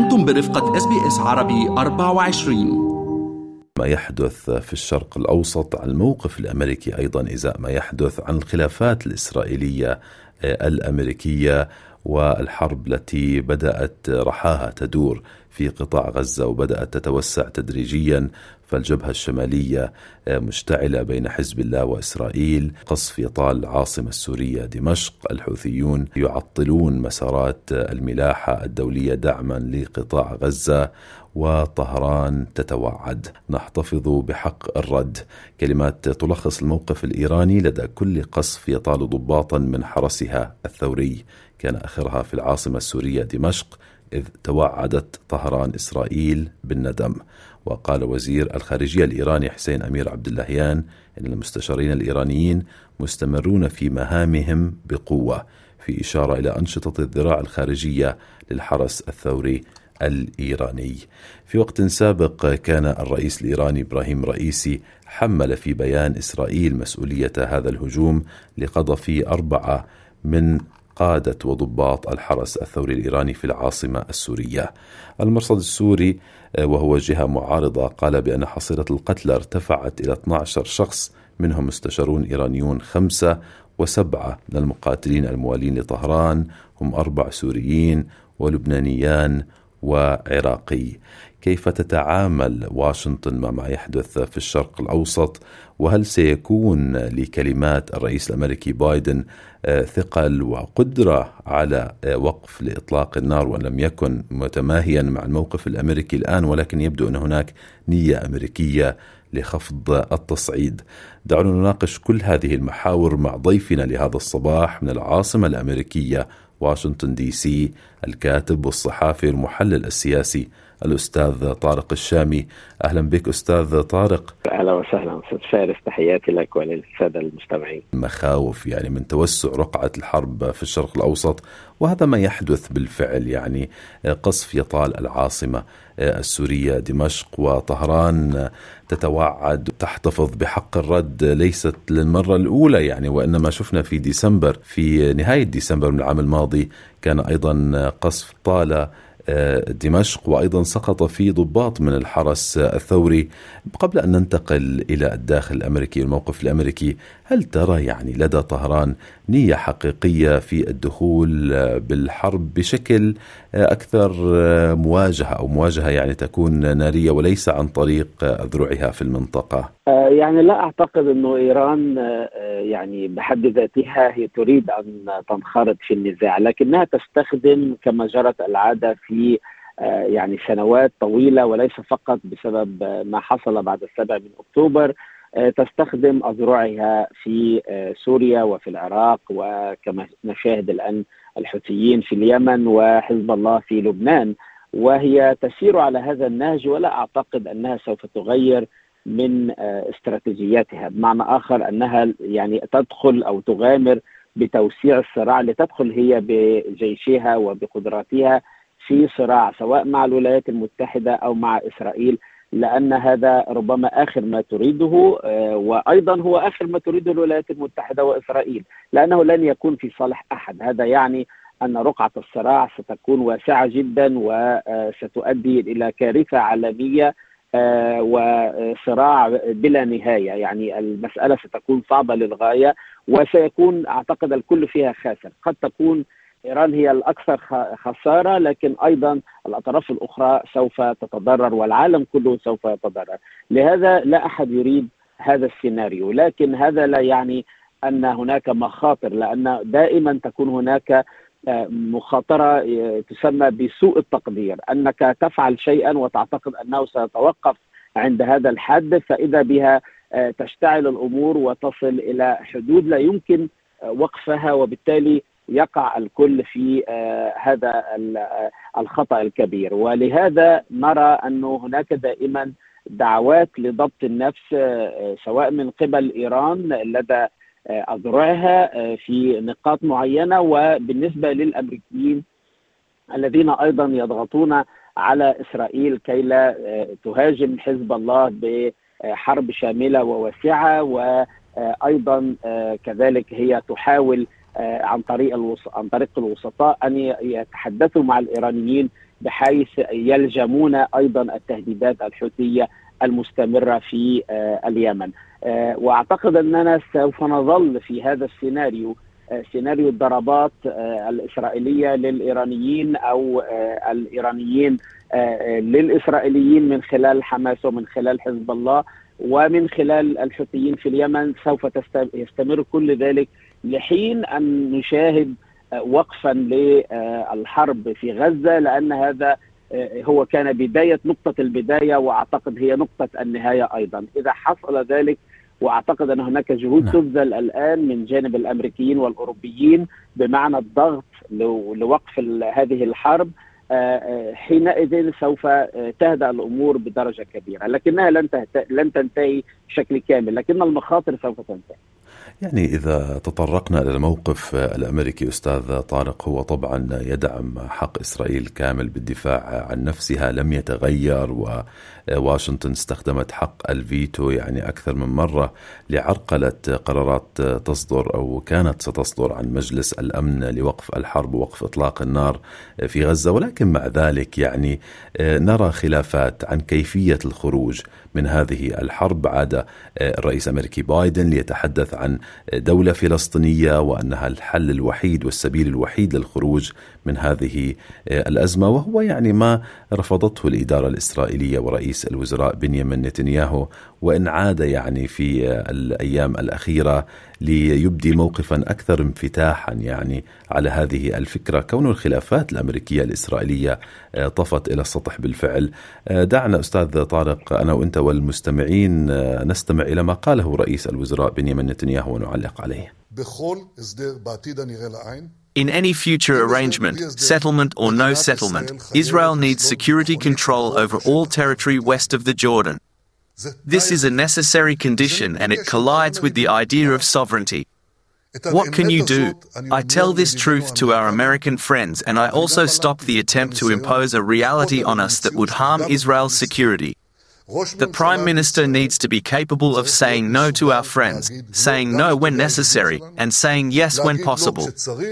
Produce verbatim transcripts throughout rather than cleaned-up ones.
أنتم برفقة إس بي إس عربي أربعة وعشرين. ما يحدث في الشرق الأوسط، عن الموقف الأمريكي أيضا إزاء ما يحدث، عن الخلافات الإسرائيلية الأمريكية والحرب التي بدأت رحاها تدور في قطاع غزة وبدأت تتوسع تدريجيا. فالجبهة الشمالية مشتعلة بين حزب الله وإسرائيل، قصف يطال العاصمة السورية دمشق، الحوثيون يعطلون مسارات الملاحة الدولية دعما لقطاع غزة، وطهران تتوعد نحتفظ بحق الرد. كلمات تلخص الموقف الإيراني لدى كل قصف يطال ضباطا من حرسها الثوري، كان آخرها في العاصمة السورية دمشق، إذ توعدت طهران إسرائيل بالندم. وقال وزير الخارجية الإيراني حسين أمير عبد اللهيان إن المستشارين الإيرانيين مستمرون في مهامهم بقوة، في إشارة إلى أنشطة الذراع الخارجية للحرس الثوري الإيراني. في وقت سابق كان الرئيس الإيراني إبراهيم رئيسي حمل في بيان إسرائيل مسؤولية هذا الهجوم لقذف أربعة من قادة وضباط الحرس الثوري الإيراني في العاصمة السورية. المرصد السوري وهو جهة معارضة قال بأن حصيلة القتلى ارتفعت إلى اثني عشر شخص، منهم مستشارون إيرانيون خمسة، وسبعة من المقاتلين الموالين لطهران هم أربع سوريين ولبنانيان وعراقي. كيف تتعامل واشنطن مع ما يحدث في الشرق الأوسط؟ وهل سيكون لكلمات الرئيس الأمريكي بايدن ثقل وقدرة على وقف لإطلاق النار، وأن لم يكن متماهيا مع الموقف الأمريكي الآن، ولكن يبدو أن هناك نية أمريكية لخفض التصعيد؟ دعونا نناقش كل هذه المحاور مع ضيفنا لهذا الصباح من العاصمة الأمريكية واشنطن دي سي، الكاتب والصحافي المحلل السياسي الأستاذ طارق الشامي. أهلا بك أستاذ طارق. أهلا وسهلا أستاذ فارس، تحياتي لك وللسادة المستمعين. مخاوف يعني من توسع رقعة الحرب في الشرق الأوسط، وهذا ما يحدث بالفعل، يعني قصف يطال العاصمة السورية دمشق، وطهران تتوعد تحتفظ بحق الرد ليست للمرة الأولى يعني، وإنما شفنا في ديسمبر، في نهاية ديسمبر من العام الماضي كان أيضا قصف طال دمشق، وأيضا سقط في ضباط من الحرس الثوري. قبل أن ننتقل إلى الداخل الأمريكي والموقف الأمريكي، هل ترى يعني لدى طهران نية حقيقية في الدخول بالحرب بشكل أكثر مواجهة، أو مواجهة يعني تكون نارية وليس عن طريق أذرعها في المنطقة؟ يعني لا أعتقد أنه إيران يعني بحد ذاتها هي تريد أن تنخرط في النزاع، لكنها تستخدم كما جرت العادة في يعني سنوات طويلة، وليس فقط بسبب ما حصل بعد السابع من أكتوبر، تستخدم أذرعها في سوريا وفي العراق، وكما نشاهد الآن الحوثيين في اليمن وحزب الله في لبنان، وهي تسير على هذا النهج، ولا أعتقد أنها سوف تغير من استراتيجياتها. بمعنى آخر أنها يعني تدخل أو تغامر بتوسيع الصراع، لتدخل هي بجيشها وبقدراتها في صراع سواء مع الولايات المتحدة أو مع إسرائيل، لأن هذا ربما آخر ما تريده، وأيضا هو آخر ما تريده الولايات المتحدة وإسرائيل، لأنه لن يكون في صالح أحد. هذا يعني أن رقعة الصراع ستكون واسعة جدا، وستؤدي إلى كارثة عالمية وصراع بلا نهاية. يعني المسألة ستكون صعبة للغاية، وسيكون أعتقد الكل فيها خاسر. قد تكون إيران هي الأكثر خسارة، لكن أيضا الأطراف الأخرى سوف تتضرر، والعالم كله سوف يتضرر. لهذا لا أحد يريد هذا السيناريو، لكن هذا لا يعني أن هناك مخاطر، لأن دائما تكون هناك مخاطرة تسمى بسوء التقدير، أنك تفعل شيئا وتعتقد أنه سيتوقف عند هذا الحد، فإذا بها تشتعل الأمور وتصل إلى حدود لا يمكن وقفها، وبالتالي يقع الكل في هذا الخطأ الكبير. ولهذا نرى أنه هناك دائما دعوات لضبط النفس، سواء من قبل إيران لدى أذرعها في نقاط معينة، وبالنسبة للأمريكيين الذين أيضا يضغطون على إسرائيل كي لا تهاجم حزب الله بحرب شاملة وواسعة، وأيضا كذلك هي تحاول عن طريق الوس... عن طريق الوسطاء أن يتحدثوا مع الإيرانيين بحيث يلجمون أيضا التهديدات الحوثية المستمرة في اليمن. وأعتقد أننا سوف نظل في هذا السيناريو، سيناريو الضربات الإسرائيلية للإيرانيين أو الإيرانيين للإسرائيليين من خلال حماس ومن خلال حزب الله ومن خلال الحوثيين في اليمن. سوف يستمر كل ذلك لحين أن نشاهد وقفا للحرب في غزة، لأن هذا هو كان بداية نقطة البداية، وأعتقد هي نقطة النهاية أيضا إذا حصل ذلك. وأعتقد أن هناك جهود تبذل الآن من جانب الأمريكيين والأوروبيين بمعنى الضغط لوقف هذه الحرب. حينئذ سوف تهدأ الأمور بدرجة كبيرة، لكنها لن لن تنتهي بشكل كامل، لكن المخاطر سوف تنتهي. يعني إذا تطرقنا إلى الموقف الأمريكي أستاذ طارق، هو طبعا يدعم حق إسرائيل كامل بالدفاع عن نفسها، لم يتغير، وواشنطن استخدمت حق الفيتو يعني أكثر من مرة لعرقلة قرارات تصدر أو كانت ستصدر عن مجلس الأمن لوقف الحرب ووقف إطلاق النار في غزة. ولكن مع ذلك يعني نرى خلافات عن كيفية الخروج من هذه الحرب. عاد الرئيس الأمريكي بايدن ليتحدث عن دولة فلسطينية وأنها الحل الوحيد والسبيل الوحيد للخروج من هذه الأزمة، وهو يعني ما رفضته الإدارة الإسرائيلية ورئيس الوزراء بنيامين نتنياهو، وإن عاد يعني في الأيام الأخيرة ليبدي موقفا أكثر انفتاحا يعني على هذه الفكرة، كون الخلافات الأمريكية الإسرائيلية طفت إلى السطح بالفعل. دعنا أستاذ طارق أنا وأنت والمستمعين نستمع إلى ما قاله رئيس الوزراء بنيامين نتنياهو ونعلق عليه. In any future arrangement, settlement or no settlement, Israel needs security control over all territory west of the Jordan. This is a necessary condition and it collides with the idea of sovereignty. What can you do? I tell this truth to our American friends, and I also stop the attempt to impose a reality on us that would harm Israel's security. The Prime Minister needs to be capable of saying no to our friends, saying no when necessary, and saying yes when possible.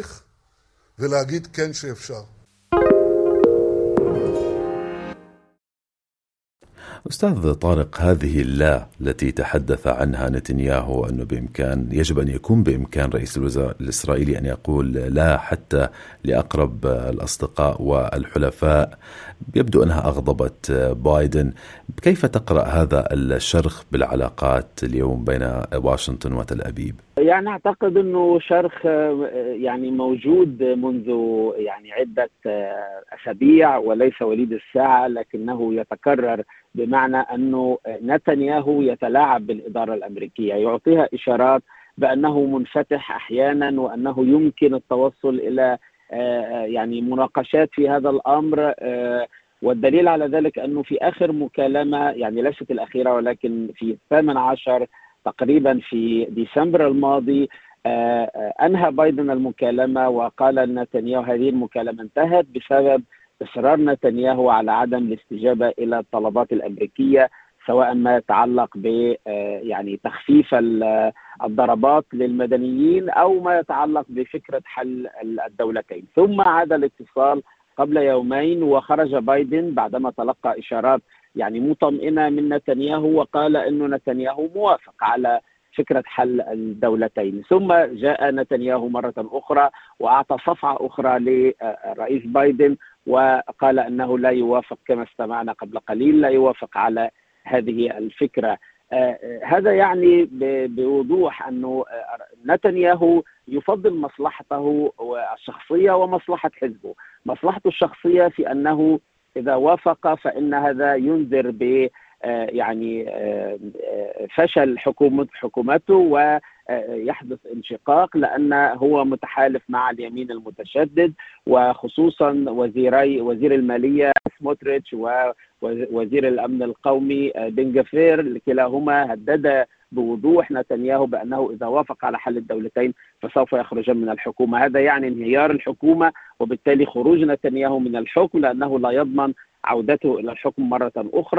أستاذ طارق، هذه اللا التي تحدث عنها نتنياهو أنه بإمكان يجب أن يكون بإمكان رئيس الوزراء الإسرائيلي أن يقول لا حتى لأقرب الأصدقاء والحلفاء، يبدو أنها أغضبت بايدن. كيف تقرأ هذا الشرخ بالعلاقات اليوم بين واشنطن وتل أبيب؟ يعني أعتقد أنه شرخ يعني موجود منذ يعني عدة أسابيع وليس وليد الساعة، لكنه يتكرر بمعنى أنه نتنياهو يتلاعب بالإدارة الأمريكية، يعطيها إشارات بأنه منفتح أحيانا وأنه يمكن التوصل إلى يعني مناقشات في هذا الأمر. والدليل على ذلك أنه في آخر مكالمة، يعني ليست الأخيرة ولكن في الثامن عشر تقريبا في ديسمبر الماضي، أنهى بايدن المكالمة وقال أن نتنياهو هذه المكالمة انتهت بسبب إصرار نتنياهو على عدم الاستجابة إلى الطلبات الأمريكية، سواء ما يتعلق ب يعني تخفيف الضربات للمدنيين أو ما يتعلق بفكرة حل الدولتين. ثم عاد الاتصال قبل يومين وخرج بايدن بعدما تلقى إشارات يعني مطمئنة من نتنياهو وقال إنه نتنياهو موافق على فكرة حل الدولتين. ثم جاء نتنياهو مرة أخرى وأعطى صفعة أخرى لرئيس بايدن وقال أنه لا يوافق، كما استمعنا قبل قليل، لا يوافق على هذه الفكرة. آه هذا يعني بوضوح أنه نتنياهو يفضل مصلحته الشخصية ومصلحة حزبه. مصلحته الشخصية في أنه إذا وافق فإن هذا ينذر ب يعني فشل حكومة حكومته ويحدث انشقاق، لأن هو متحالف مع اليمين المتشدد، وخصوصا وزيري وزير المالية سموتريتش ووزير الأمن القومي بن غفير، كلاهما هدد بوضوح نتنياهو بأنه إذا وافق على حل الدولتين فسوف يخرج من الحكومة. هذا يعني انهيار الحكومة وبالتالي خروج نتنياهو من الحكم، لأنه لا يضمن عودته إلى الحكم مرة أخرى.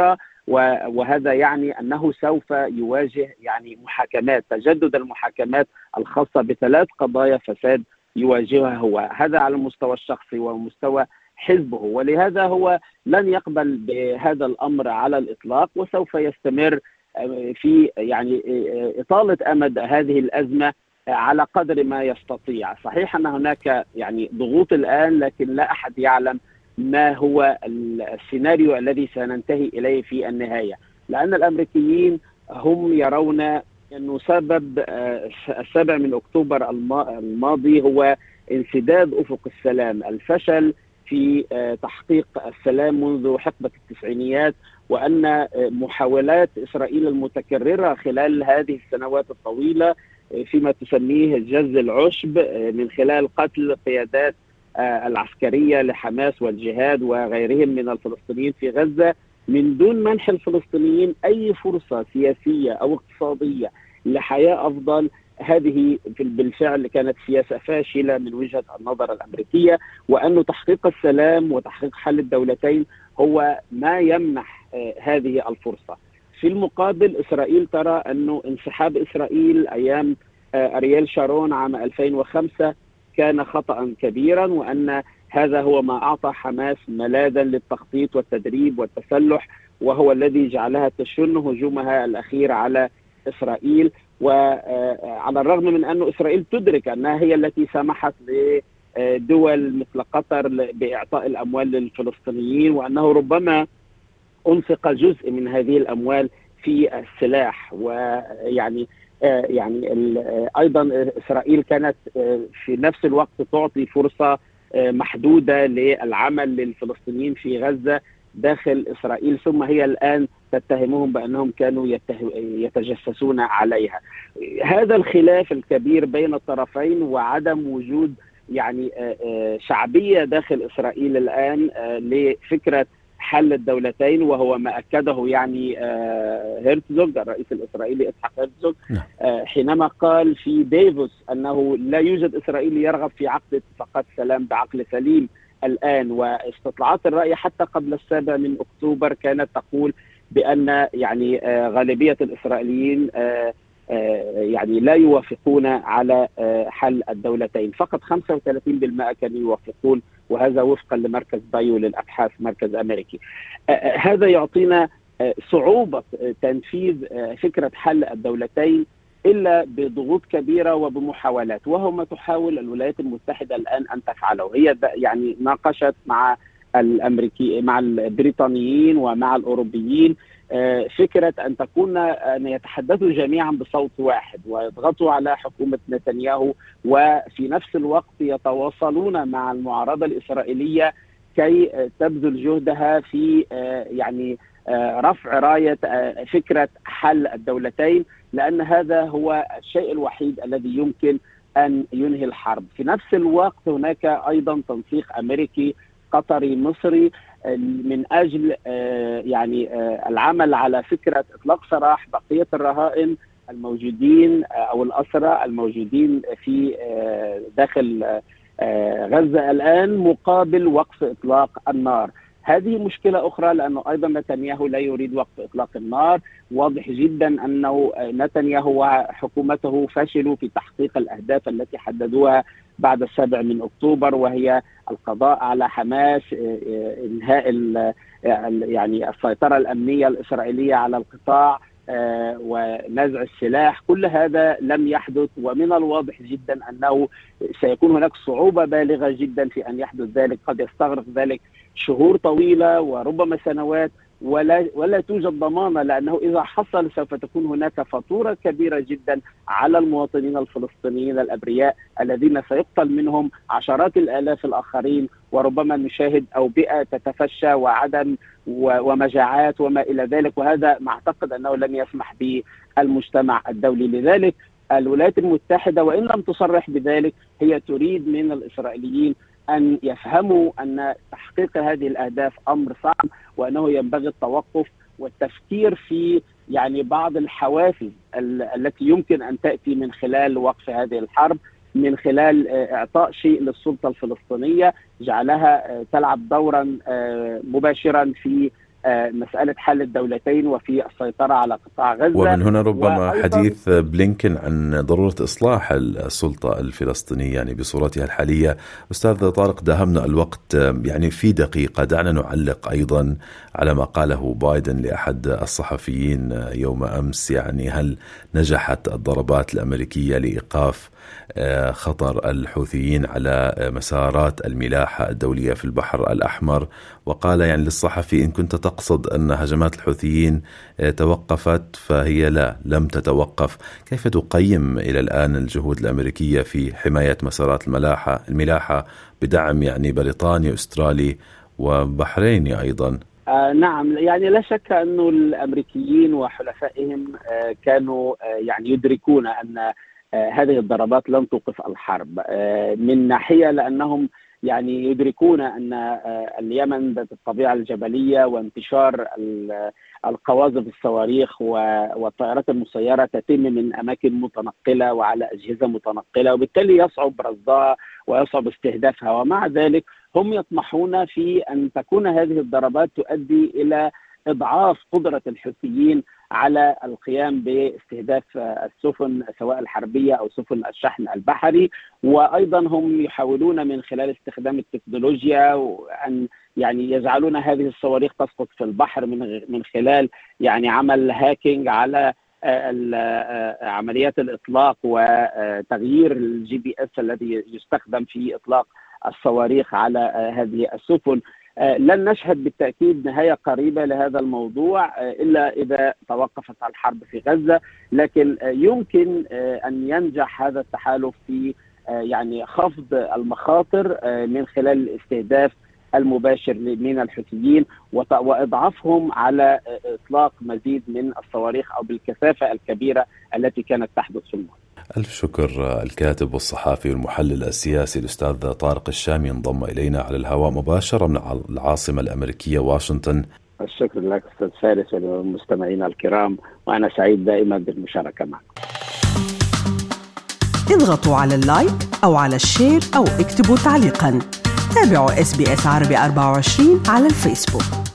وهذا يعني أنه سوف يواجه يعني محاكمات، تجدد المحاكمات الخاصة بثلاث قضايا فساد يواجهها هو، هذا على المستوى الشخصي ومستوى حزبه، ولهذا هو لن يقبل بهذا الأمر على الإطلاق، وسوف يستمر في يعني إطالة أمد هذه الأزمة على قدر ما يستطيع. صحيح أن هناك يعني ضغوط الآن، لكن لا أحد يعلم ما هو السيناريو الذي سننتهي إليه في النهاية، لأن الأمريكيين هم يرون أنه سبب السابع من أكتوبر الماضي هو انسداد أفق السلام، الفشل في تحقيق السلام منذ حقبة التسعينيات، وأن محاولات إسرائيل المتكررة خلال هذه السنوات الطويلة فيما تسميه جز العشب من خلال قتل قيادات العسكرية لحماس والجهاد وغيرهم من الفلسطينيين في غزة، من دون منح الفلسطينيين أي فرصة سياسية أو اقتصادية لحياة أفضل. هذه بالفعل كانت سياسة فاشلة من وجهة النظر الأمريكية، وأن تحقيق السلام وتحقيق حل الدولتين هو ما يمنح هذه الفرصة. في المقابل إسرائيل ترى أنه انسحاب إسرائيل أيام أرييل شارون عام ألفين وخمسة كان خطأ كبيرا، وأن هذا هو ما أعطى حماس ملاذا للتخطيط والتدريب والتسلح، وهو الذي جعلها تشن هجومها الأخير على إسرائيل. وعلى الرغم من أن إسرائيل تدرك أنها هي التي سمحت لدول مثل قطر بإعطاء الأموال للفلسطينيين، وأنه ربما أنفق جزء من هذه الأموال في السلاح، ويعني يعني أيضا إسرائيل كانت في نفس الوقت تعطي فرصة محدودة للعمل للفلسطينيين في غزة داخل إسرائيل، ثم هي الآن تتهمهم بأنهم كانوا يتجسسون عليها. هذا الخلاف الكبير بين الطرفين وعدم وجود يعني شعبية داخل إسرائيل الآن لفكرة حل الدولتين، وهو ما أكده يعني هيرتزوغ الرئيس الإسرائيلي إسحاق هيرتزوغ حينما قال في ديفوس أنه لا يوجد إسرائيلي يرغب في عقد اتفاقات سلام بعقل سليم الآن. واستطلاعات الرأي حتى قبل السابع من أكتوبر كانت تقول بأن يعني غالبية الإسرائيليين يعني لا يوافقون على حل الدولتين، فقط خمسة وثلاثين بالمئة كانوا يوافقون، وهذا وفقا لمركز بايو للأبحاث، مركز أمريكي. هذا يعطينا صعوبة تنفيذ فكرة حل الدولتين إلا بضغوط كبيرة وبمحاولات، وهو ما تحاول الولايات المتحدة الآن أن تفعله. هي يعني ناقشت مع الأمريكي مع البريطانيين ومع الأوروبيين فكرة أن تكون أن يتحدثوا جميعا بصوت واحد ويضغطوا على حكومة نتنياهو، وفي نفس الوقت يتواصلون مع المعارضة الإسرائيلية كي تبذل جهدها في يعني رفع راية فكرة حل الدولتين، لأن هذا هو الشيء الوحيد الذي يمكن أن ينهي الحرب. في نفس الوقت هناك أيضا تنسيق أمريكي قطري مصري من أجل يعني العمل على فكرة إطلاق سراح بقية الرهائن الموجودين أو الأسرى الموجودين في داخل غزة الآن مقابل وقف إطلاق النار. هذه مشكلة أخرى، لأنه أيضا نتنياهو لا يريد وقف إطلاق النار. واضح جدا أنه نتنياهو وحكومته فشلوا في تحقيق الأهداف التي حددوها بعد السابع من أكتوبر، وهي القضاء على حماس، إنهاء يعني السيطرة الأمنية الإسرائيلية على القطاع، ونزع السلاح. كل هذا لم يحدث، ومن الواضح جدا أنه سيكون هناك صعوبة بالغة جدا في أن يحدث ذلك. قد يستغرق ذلك شهور طويلة وربما سنوات، ولا ولا توجد ضمانة، لأنه إذا حصل سوف تكون هناك فاتورة كبيرة جدا على المواطنين الفلسطينيين الأبرياء الذين سيقتل منهم عشرات الآلاف الآخرين، وربما نشاهد أوبئة تتفشى وعدم ومجاعات وما إلى ذلك، وهذا ما أعتقد أنه لن يسمح به المجتمع الدولي. لذلك الولايات المتحدة وإن لم تصرح بذلك هي تريد من الإسرائيليين أن يفهموا أن تحقيق هذه الأهداف أمر صعب، وأنه ينبغي التوقف والتفكير في يعني بعض الحوافز التي يمكن أن تأتي من خلال وقف هذه الحرب، من خلال إعطاء شيء للسلطة الفلسطينية، جعلها تلعب دورا مباشرا في مسألة حل الدولتين وفي السيطرة على قطاع غزة. ومن هنا ربما حديث بلينكن عن ضرورة إصلاح السلطة الفلسطينية يعني بصورتها الحالية. أستاذ طارق، داهمنا الوقت، يعني في دقيقة دعنا نعلق أيضا على ما قاله بايدن لأحد الصحفيين يوم أمس. يعني هل نجحت الضربات الأمريكية لإيقاف خطر الحوثيين على مسارات الملاحة الدولية في البحر الأحمر؟ وقال يعني للصحفي: إن كنت تقصد أن هجمات الحوثيين توقفت فهي لا، لم تتوقف. كيف تقيم إلى الآن الجهود الأمريكية في حماية مسارات الملاحة الملاحة بدعم يعني بريطانيا أستراليا وبحرين أيضا؟ آه نعم، يعني لا شك أن الأمريكيين وحلفائهم آه كانوا آه يعني يدركون أن آه هذه الضربات لن توقف الحرب، آه من ناحية لأنهم يعني يدركون أن آه اليمن ذات الطبيعة الجبلية وانتشار القواذف الصواريخ والطائرات المسيرة تتم من أماكن متنقلة وعلى أجهزة متنقلة، وبالتالي يصعب رصدها ويصعب استهدافها. ومع ذلك هم يطمحون في أن تكون هذه الضربات تؤدي إلى إضعاف قدرة الحوثيين على القيام باستهداف السفن سواء الحربية أو سفن الشحن البحري. وأيضا هم يحاولون من خلال استخدام التكنولوجيا وأن يعني يجعلون هذه الصواريخ تسقط في البحر من من خلال يعني عمل هاكينج على عمليات الإطلاق وتغيير الجي بي اس الذي يستخدم في إطلاق الصواريخ على هذه السفن. لن نشهد بالتأكيد نهاية قريبة لهذا الموضوع إلا إذا توقفت الحرب في غزة، لكن يمكن أن ينجح هذا التحالف في يعني خفض المخاطر من خلال الاستهداف المباشر من الحوثيين وإضعافهم على إطلاق مزيد من الصواريخ أو بالكثافة الكبيرة التي كانت تحدث في الماضي. ألف شكر. الكاتب والصحافي والمحلل السياسي الأستاذ طارق الشامي انضم إلينا على الهواء مباشرة من العاصمة الأمريكية واشنطن. الشكر لك أستاذ فارس والمستمعين الكرام، وأنا سعيد دائما بالمشاركة معكم. اضغطوا على اللايك أو على الشير أو اكتبوا تعليقا. تابعوا إس بي إس عربي أربعة وعشرين على الفيسبوك.